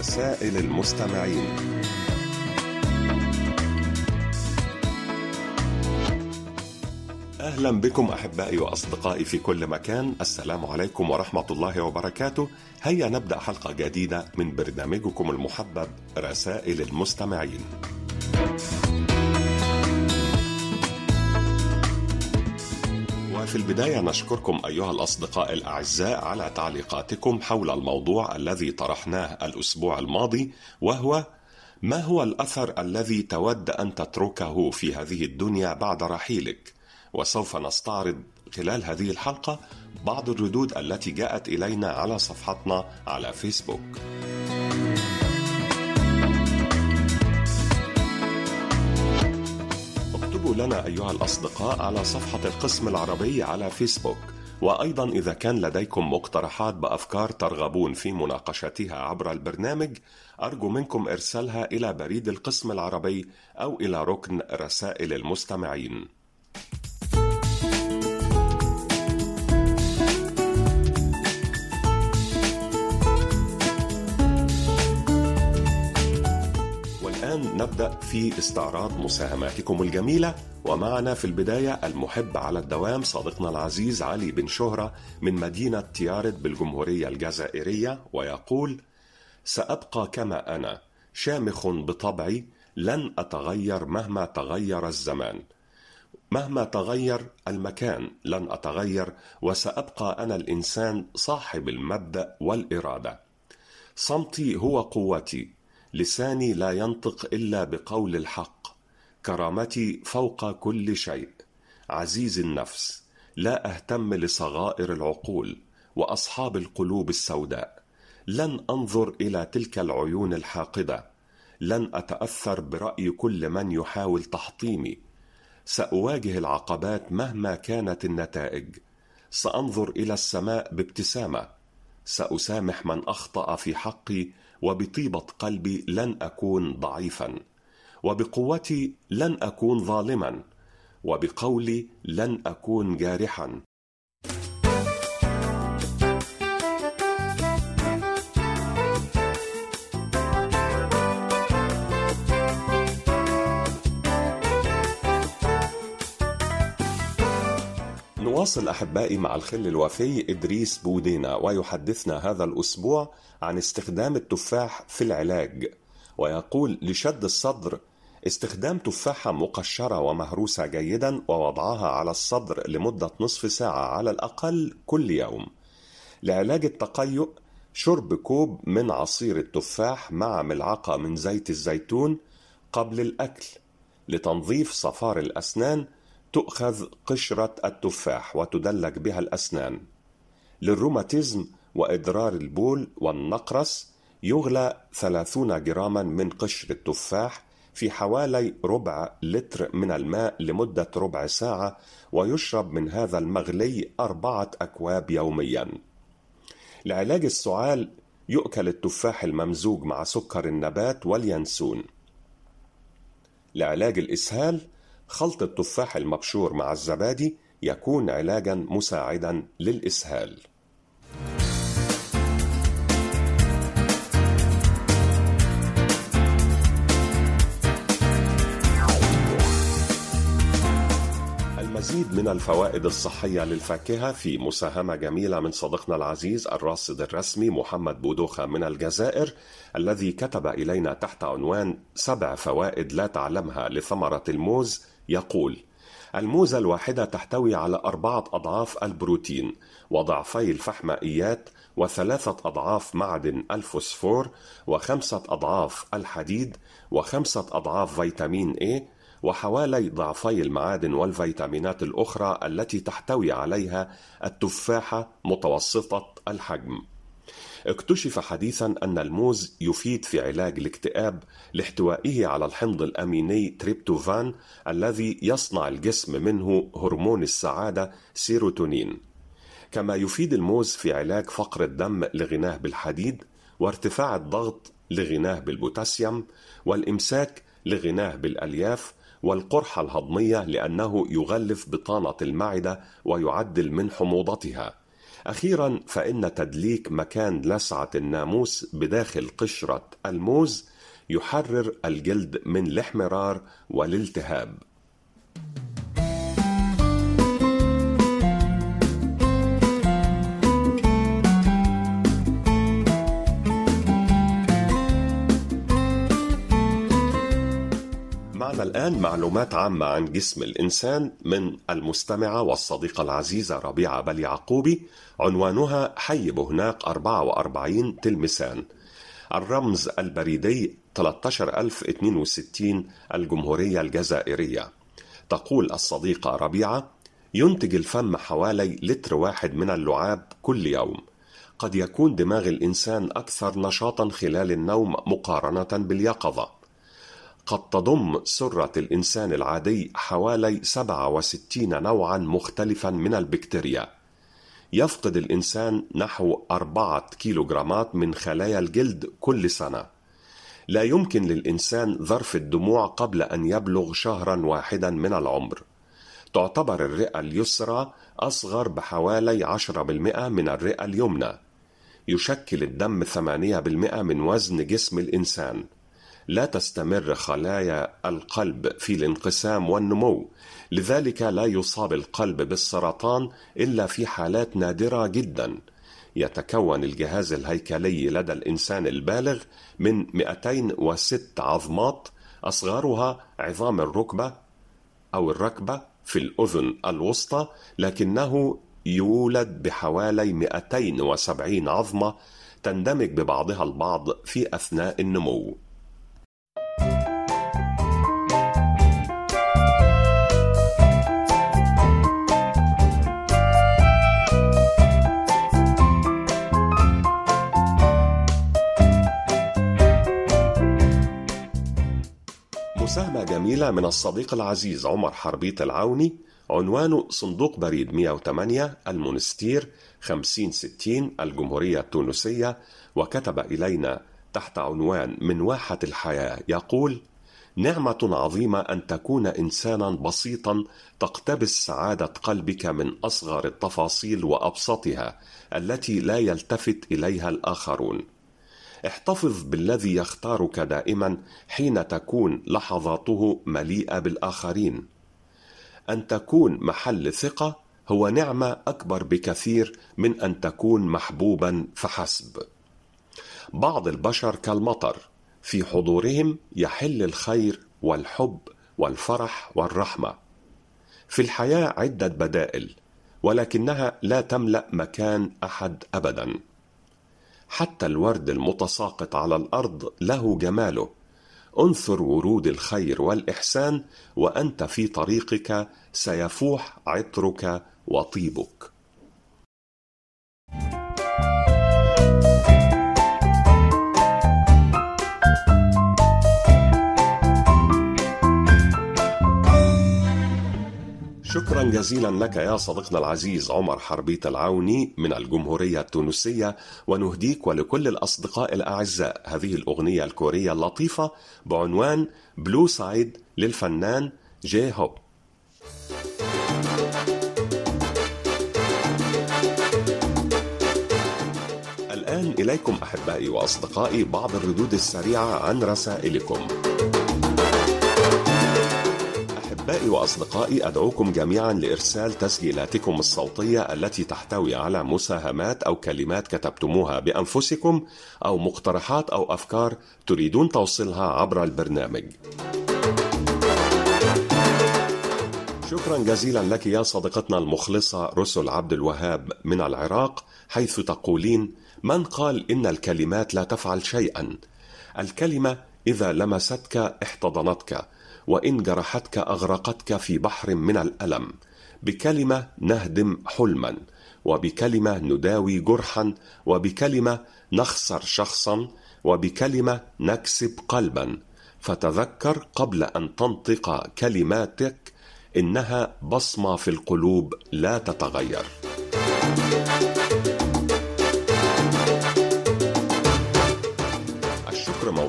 رسائل المستمعين. أهلا بكم أحبائي وأصدقائي في كل مكان. السلام عليكم ورحمة الله وبركاته. هيا نبدأ حلقة جديدة من برنامجكم المحبب رسائل المستمعين. وفي البداية نشكركم أيها الأصدقاء الأعزاء على تعليقاتكم حول الموضوع الذي طرحناه الأسبوع الماضي، وهو: ما هو الأثر الذي تود أن تتركه في هذه الدنيا بعد رحيلك؟ وسوف نستعرض خلال هذه الحلقة بعض الردود التي جاءت إلينا على صفحتنا على فيسبوك. اكتبوا لنا أيها الأصدقاء على صفحة القسم العربي على فيسبوك، وأيضا إذا كان لديكم مقترحات بأفكار ترغبون في مناقشتها عبر البرنامج، أرجو منكم إرسالها إلى بريد القسم العربي أو إلى ركن رسائل المستمعين. نبدأ في استعراض مساهماتكم الجميلة، ومعنا في البداية المحب على الدوام صديقنا العزيز علي بن شهرة من مدينة تيارد بالجمهورية الجزائرية، ويقول: سأبقى كما أنا، شامخ بطبعي، لن أتغير مهما تغير الزمان، مهما تغير المكان لن أتغير، وسأبقى أنا الإنسان صاحب المبدأ والإرادة. صمتي هو قوتي، لساني لا ينطق إلا بقول الحق، كرامتي فوق كل شيء، عزيز النفس، لا أهتم لصغائر العقول وأصحاب القلوب السوداء، لن أنظر إلى تلك العيون الحاقدة، لن أتأثر برأي كل من يحاول تحطيمي، سأواجه العقبات مهما كانت النتائج، سأنظر إلى السماء بابتسامة، سأسامح من أخطأ في حقي، وبطيبة قلبي لن أكون ضعيفا، وبقوتي لن أكون ظالما، وبقولي لن أكون جارحا. نواصل أحبائي مع الخل الوفي إدريس بودينا، ويحدثنا هذا الأسبوع عن استخدام التفاح في العلاج، ويقول: لشد الصدر استخدام تفاحة مقشرة ومهروسة جيدا ووضعها على الصدر لمدة نصف ساعة على الأقل كل يوم. لعلاج التقيؤ شرب كوب من عصير التفاح مع ملعقة من زيت الزيتون قبل الأكل. لتنظيف صفار الأسنان تؤخذ قشرة التفاح وتدلك بها الأسنان. للروماتيزم وإدرار البول والنقرس يغلى 30 جراما من قشر التفاح في حوالي ربع لتر من الماء لمدة ربع ساعة، ويشرب من هذا المغلي 4 أكواب يوميا. لعلاج السعال يؤكل التفاح الممزوج مع سكر النبات واليانسون. لعلاج الإسهال خلط التفاح المبشور مع الزبادي يكون علاجا مساعدا للإسهال. المزيد من الفوائد الصحية للفاكهة في مساهمة جميلة من صديقنا العزيز الراصد الرسمي محمد بودوخة من الجزائر، الذي كتب إلينا تحت عنوان 7 فوائد لا تعلمها لثمرة الموز. يقول: الموزة الواحدة تحتوي على 4 أضعاف البروتين، وضعفي الفحمائيات، و3 أضعاف معدن الفوسفور، و5 أضعاف الحديد، و5 أضعاف فيتامين A، وحوالي ضعفي المعادن والفيتامينات الأخرى التي تحتوي عليها التفاحة متوسطة الحجم. اكتشف حديثا أن الموز يفيد في علاج الاكتئاب لاحتوائه على الحمض الأميني تريبتوفان الذي يصنع الجسم منه هرمون السعادة سيروتونين. كما يفيد الموز في علاج فقر الدم لغناه بالحديد، وارتفاع الضغط لغناه بالبوتاسيوم، والإمساك لغناه بالألياف، والقرحة الهضمية لأنه يغلف بطانة المعدة ويعدل من حموضتها. أخيرا، فإن تدليك مكان لسعة الناموس بداخل قشرة الموز يحرر الجلد من الاحمرار والالتهاب. معنا الآن معلومات عامة عن جسم الإنسان من المستمعة والصديقة العزيزة ربيعة بل يعقوبي، عنوانها حي بوهناق 44 تلمسان، الرمز البريدي 13062 الجمهورية الجزائرية. تقول الصديقة ربيعة: ينتج الفم حوالي لتر واحد من اللعاب كل يوم. قد يكون دماغ الإنسان أكثر نشاطا خلال النوم مقارنة باليقظة. قد تضم سرة الإنسان العادي حوالي 67 نوعا مختلفا من البكتيريا. يفقد الإنسان نحو 4 كيلوغرامات من خلايا الجلد كل سنة. لا يمكن للإنسان ظرف الدموع قبل أن يبلغ شهرا واحدا من العمر. تعتبر الرئة اليسرى أصغر بحوالي 10% من الرئة اليمنى. يشكل الدم 8% من وزن جسم الإنسان. لا تستمر خلايا القلب في الانقسام والنمو، لذلك لا يصاب القلب بالسرطان إلا في حالات نادرة جدا. يتكون الجهاز الهيكلي لدى الإنسان البالغ من 206 عظمات، أصغرها عظام الركبة أو الركبة في الأذن الوسطى، لكنه يولد بحوالي 270 عظمة تندمج ببعضها البعض في أثناء النمو. مساهمة جميلة من الصديق العزيز عمر حربيط العوني، عنوانه صندوق بريد 108 المونستير 5060 الجمهورية التونسية، وكتب إلينا تحت عنوان من واحة الحياة يقول: نعمة عظيمة أن تكون إنسانا بسيطا تقتبس سعادة قلبك من أصغر التفاصيل وأبسطها التي لا يلتفت إليها الآخرون. احتفظ بالذي يختارك دائما حين تكون لحظاته مليئة بالآخرين. أن تكون محل ثقة هو نعمة أكبر بكثير من أن تكون محبوبا فحسب. بعض البشر كالمطر، في حضورهم يحل الخير والحب والفرح والرحمة. في الحياة عدة بدائل، ولكنها لا تملأ مكان أحد أبدا. حتى الورد المتساقط على الأرض له جماله. انثر ورود الخير والإحسان وأنت في طريقك سيفوح عطرك وطيبك. شكرا جزيلا لك يا صديقنا العزيز عمر حربيط العوني من الجمهورية التونسية، ونهديك ولكل الأصدقاء الأعزاء هذه الأغنية الكورية اللطيفة بعنوان بلو سايد للفنان جي هوب. الآن إليكم أحبائي وأصدقائي بعض الردود السريعة عن رسائلكم. أحبائي وأصدقائي، أدعوكم جميعا لإرسال تسجيلاتكم الصوتية التي تحتوي على مساهمات أو كلمات كتبتموها بأنفسكم أو مقترحات أو أفكار تريدون توصيلها عبر البرنامج. شكرا جزيلا لك يا صديقتنا المخلصة رسل عبد الوهاب من العراق، حيث تقولين: من قال إن الكلمات لا تفعل شيئا؟ الكلمة إذا لمستك احتضنتك، وإن جرحتك أغرقتك في بحر من الألم. بكلمة نهدم حلما، وبكلمة نداوي جرحا، وبكلمة نخسر شخصا، وبكلمة نكسب قلبا. فتذكر قبل أن تنطق كلماتك إنها بصمة في القلوب لا تتغير.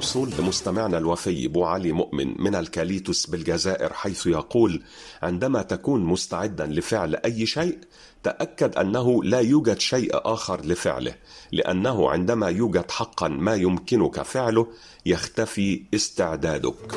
موصول لمستمعنا الوفي بو علي مؤمن من الكاليتوس بالجزائر، حيث يقول: عندما تكون مستعدا لفعل أي شيء تأكد أنه لا يوجد شيء آخر لفعله، لأنه عندما يوجد حقا ما يمكنك فعله يختفي استعدادك.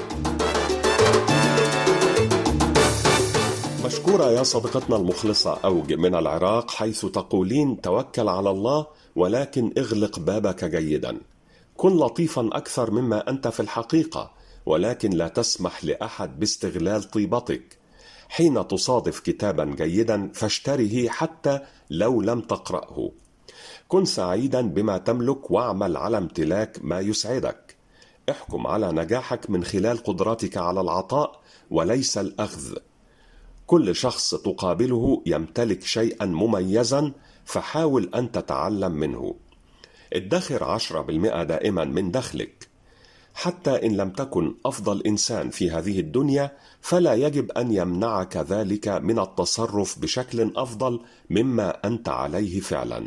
مشكورة يا صديقتنا المخلصة أوج من العراق، حيث تقولين: توكل على الله ولكن اغلق بابك جيدا. كن لطيفا أكثر مما أنت في الحقيقة، ولكن لا تسمح لأحد باستغلال طيبتك. حين تصادف كتابا جيدا فاشتره حتى لو لم تقرأه. كن سعيدا بما تملك واعمل على امتلاك ما يسعدك. احكم على نجاحك من خلال قدرتك على العطاء وليس الأخذ. كل شخص تقابله يمتلك شيئا مميزا، فحاول أن تتعلم منه. ادخر 10% دائما من دخلك. حتى إن لم تكن أفضل إنسان في هذه الدنيا فلا يجب أن يمنعك ذلك من التصرف بشكل أفضل مما أنت عليه فعلا.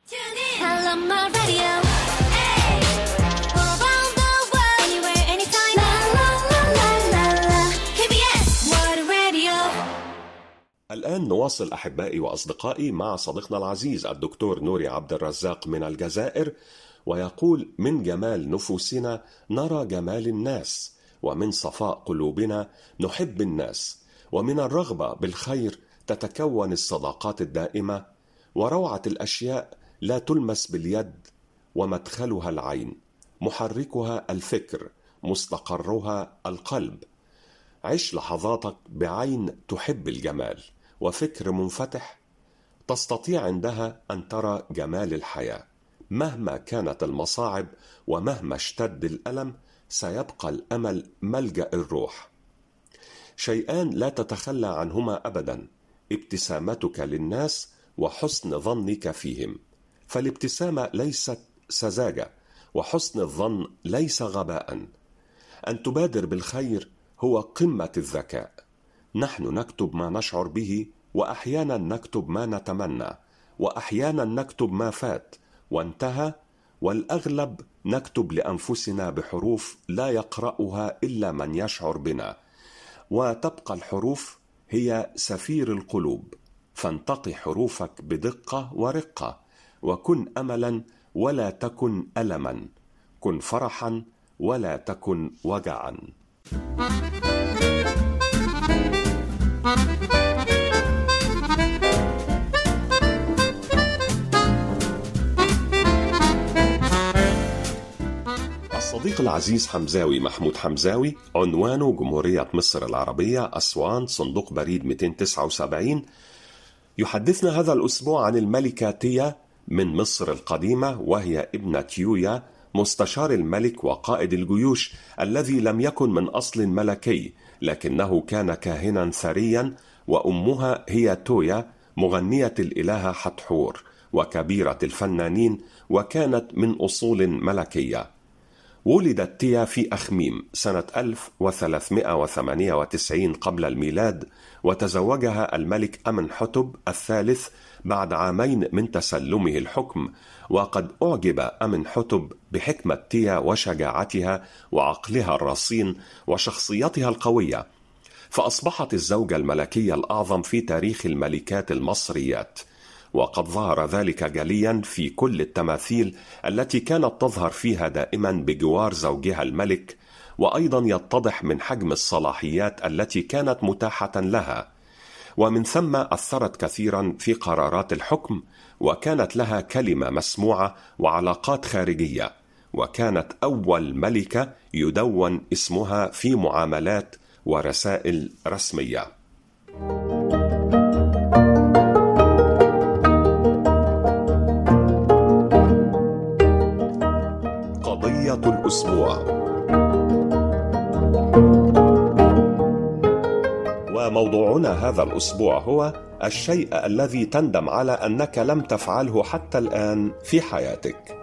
الآن نواصل أحبائي وأصدقائي مع صديقنا العزيز الدكتور نوري عبد الرزاق من الجزائر، ويقول: من جمال نفوسنا نرى جمال الناس، ومن صفاء قلوبنا نحب الناس، ومن الرغبة بالخير تتكون الصداقات الدائمة، وروعة الأشياء لا تلمس باليد، ومدخلها العين، محركها الفكر، مستقرها القلب. عش لحظاتك بعين تحب الجمال وفكر منفتح، تستطيع عندها أن ترى جمال الحياة. مهما كانت المصاعب ومهما اشتد الألم سيبقى الأمل ملجأ الروح. شيئان لا تتخلى عنهما أبدا: ابتسامتك للناس وحسن ظنك فيهم. فالابتسامة ليست سذاجة، وحسن الظن ليس غباء. أن تبادر بالخير هو قمة الذكاء. نحن نكتب ما نشعر به، وأحيانا نكتب ما نتمنى، وأحيانا نكتب ما فات وانتهى، والأغلب نكتب لأنفسنا بحروف لا يقرأها إلا من يشعر بنا. وتبقى الحروف هي سفير القلوب، فانتقي حروفك بدقة ورقة، وكن أملا ولا تكن ألما، كن فرحا ولا تكن وجعا. الصديق العزيز حمزاوي محمود حمزاوي، عنوانه جمهورية مصر العربية، أسوان، صندوق بريد 279. يحدثنا هذا الأسبوع عن الملكة تيا من مصر القديمة، وهي ابنة يويا مستشار الملك وقائد الجيوش، الذي لم يكن من أصل ملكي لكنه كان كاهنا ثريا. وأمها هي تويا مغنية الإلهة حتحور وكبيرة الفنانين، وكانت من أصول ملكية. ولدت تيا في أخميم سنة 1398 قبل الميلاد، وتزوجها الملك أمنحتب الثالث بعد عامين من تسلمه الحكم. وقد أعجب أمنحتب بحكمة تيا وشجاعتها وعقلها الرصين وشخصيتها القوية، فأصبحت الزوجة الملكية الأعظم في تاريخ الملكات المصريات. وقد ظهر ذلك جليا في كل التماثيل التي كانت تظهر فيها دائما بجوار زوجها الملك، وأيضا يتضح من حجم الصلاحيات التي كانت متاحة لها. ومن ثم أثرت كثيرا في قرارات الحكم، وكانت لها كلمة مسموعة وعلاقات خارجية، وكانت أول ملكة يدون اسمها في معاملات ورسائل رسمية. قضية الأسبوع. وموضوعنا هذا الأسبوع هو الشيء الذي تندم على أنك لم تفعله حتى الآن في حياتك.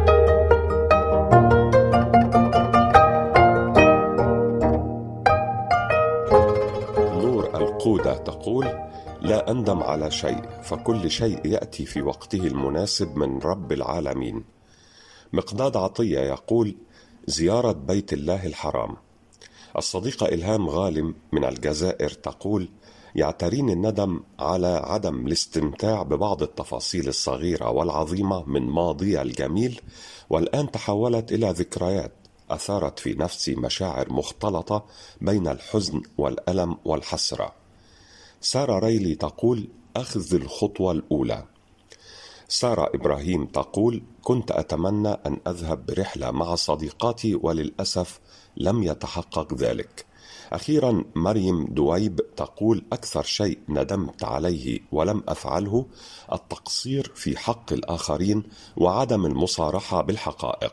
نور القودة تقول: لا أندم على شيء، فكل شيء يأتي في وقته المناسب من رب العالمين. مقداد عطية يقول: زيارة بيت الله الحرام. الصديقة إلهام غالم من الجزائر تقول: يعتريني الندم على عدم الاستمتاع ببعض التفاصيل الصغيرة والعظيمة من ماضي الجميل، والآن تحولت إلى ذكريات أثارت في نفسي مشاعر مختلطة بين الحزن والألم والحسرة. سارة ريلي تقول: أخذ الخطوة الأولى. سارة إبراهيم تقول: كنت أتمنى أن أذهب برحلة مع صديقاتي وللأسف لم يتحقق ذلك. أخيرا مريم دويب تقول: أكثر شيء ندمت عليه ولم أفعله التقصير في حق الآخرين وعدم المصارحة بالحقائق.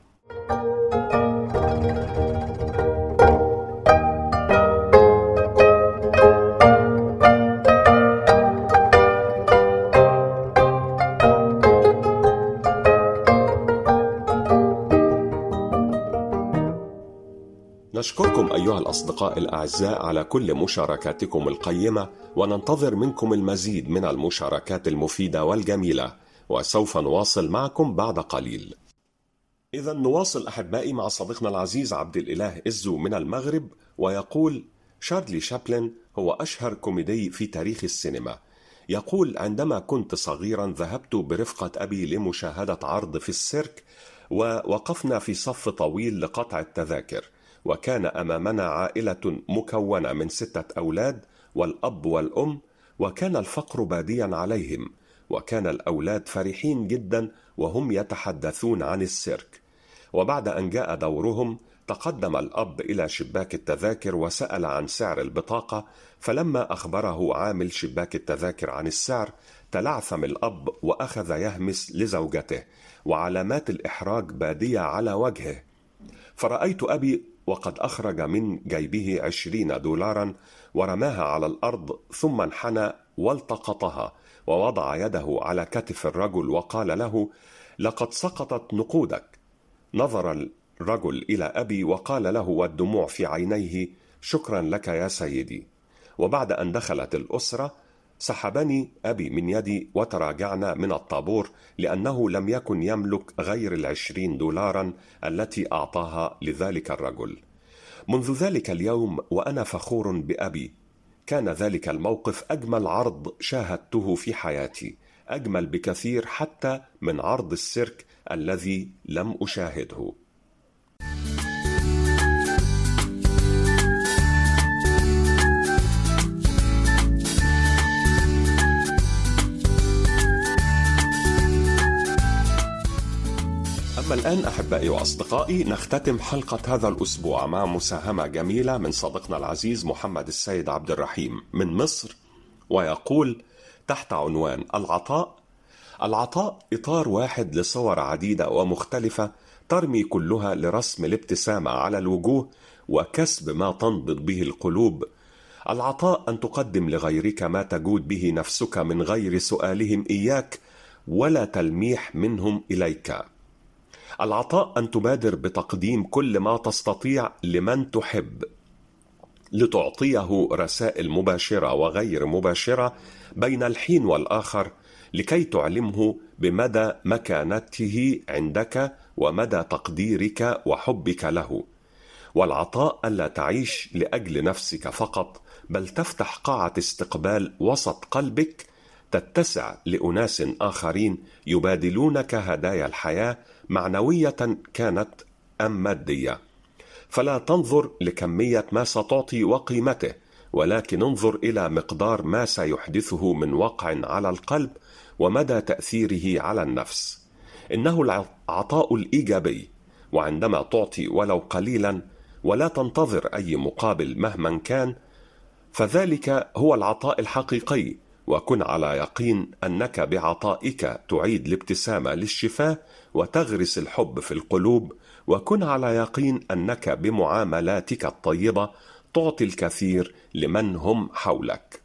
نشكركم أيها الأصدقاء الأعزاء على كل مشاركاتكم القيمة، وننتظر منكم المزيد من المشاركات المفيدة والجميلة، وسوف نواصل معكم بعد قليل. إذا نواصل أحبائي مع صديقنا العزيز عبد الإله إزو من المغرب، ويقول: شارلي شابلن هو أشهر كوميدي في تاريخ السينما. يقول: عندما كنت صغيرا ذهبت برفقة أبي لمشاهدة عرض في السيرك، ووقفنا في صف طويل لقطع التذاكر، وكان أمامنا عائلة مكونة من 6 أولاد والأب والأم، وكان الفقر باديا عليهم، وكان الأولاد فرحين جدا وهم يتحدثون عن السيرك. وبعد أن جاء دورهم تقدم الأب إلى شباك التذاكر وسأل عن سعر البطاقة، فلما أخبره عامل شباك التذاكر عن السعر تلعثم الأب وأخذ يهمس لزوجته، وعلامات الإحراج بادية على وجهه. فرأيت أبي وقد أخرج من جيبه 20 دولارا ورماها على الأرض، ثم انحنى والتقطها ووضع يده على كتف الرجل وقال له: لقد سقطت نقودك. نظر الرجل إلى أبي وقال له والدموع في عينيه: شكرا لك يا سيدي. وبعد أن دخلت الأسرة سحبني أبي من يدي وتراجعنا من الطابور، لأنه لم يكن يملك غير 20 دولارا التي أعطاها لذلك الرجل. منذ ذلك اليوم وأنا فخور بأبي. كان ذلك الموقف أجمل عرض شاهدته في حياتي، أجمل بكثير حتى من عرض السيرك الذي لم أشاهده. أما الآن أحبائي وأصدقائي نختتم حلقة هذا الأسبوع مع مساهمة جميلة من صديقنا العزيز محمد السيد عبد الرحيم من مصر، ويقول تحت عنوان العطاء: العطاء إطار واحد لصور عديدة ومختلفة ترمي كلها لرسم الابتسامة على الوجوه وكسب ما تنبض به القلوب. العطاء أن تقدم لغيرك ما تجود به نفسك من غير سؤالهم إياك ولا تلميح منهم إليك. العطاء أن تبادر بتقديم كل ما تستطيع لمن تحب، لتعطيه رسائل مباشرة وغير مباشرة بين الحين والآخر، لكي تعلمه بمدى مكانته عندك ومدى تقديرك وحبك له. والعطاء ألا تعيش لأجل نفسك فقط، بل تفتح قاعة استقبال وسط قلبك تتسع لأناس آخرين يبادلونك هدايا الحياة، معنوية كانت أم مادية. فلا تنظر لكمية ما ستعطي وقيمته، ولكن انظر إلى مقدار ما سيحدثه من وقع على القلب ومدى تأثيره على النفس. إنه العطاء الإيجابي، وعندما تعطي ولو قليلا ولا تنتظر أي مقابل مهما كان، فذلك هو العطاء الحقيقي. وكن على يقين أنك بعطائك تعيد الابتسامة للشفاه وتغرس الحب في القلوب، وكن على يقين أنك بمعاملاتك الطيبة تعطي الكثير لمن هم حولك.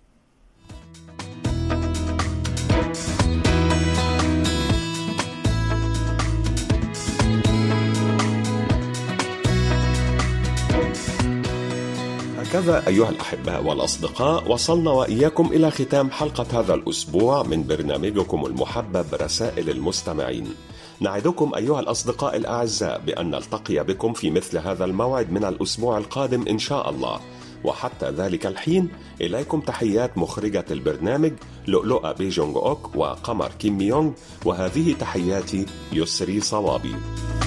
هكذا أيها الأحباء والأصدقاء وصلنا وإياكم إلى ختام حلقة هذا الأسبوع من برنامجكم المحبب رسائل المستمعين. نعدكم أيها الأصدقاء الأعزاء بأن نلتقي بكم في مثل هذا الموعد من الأسبوع القادم إن شاء الله، وحتى ذلك الحين إليكم تحيات مخرجة البرنامج لؤلؤة بيجونغ أوك وقمر كيم ميونغ، وهذه تحياتي يسري صوابي.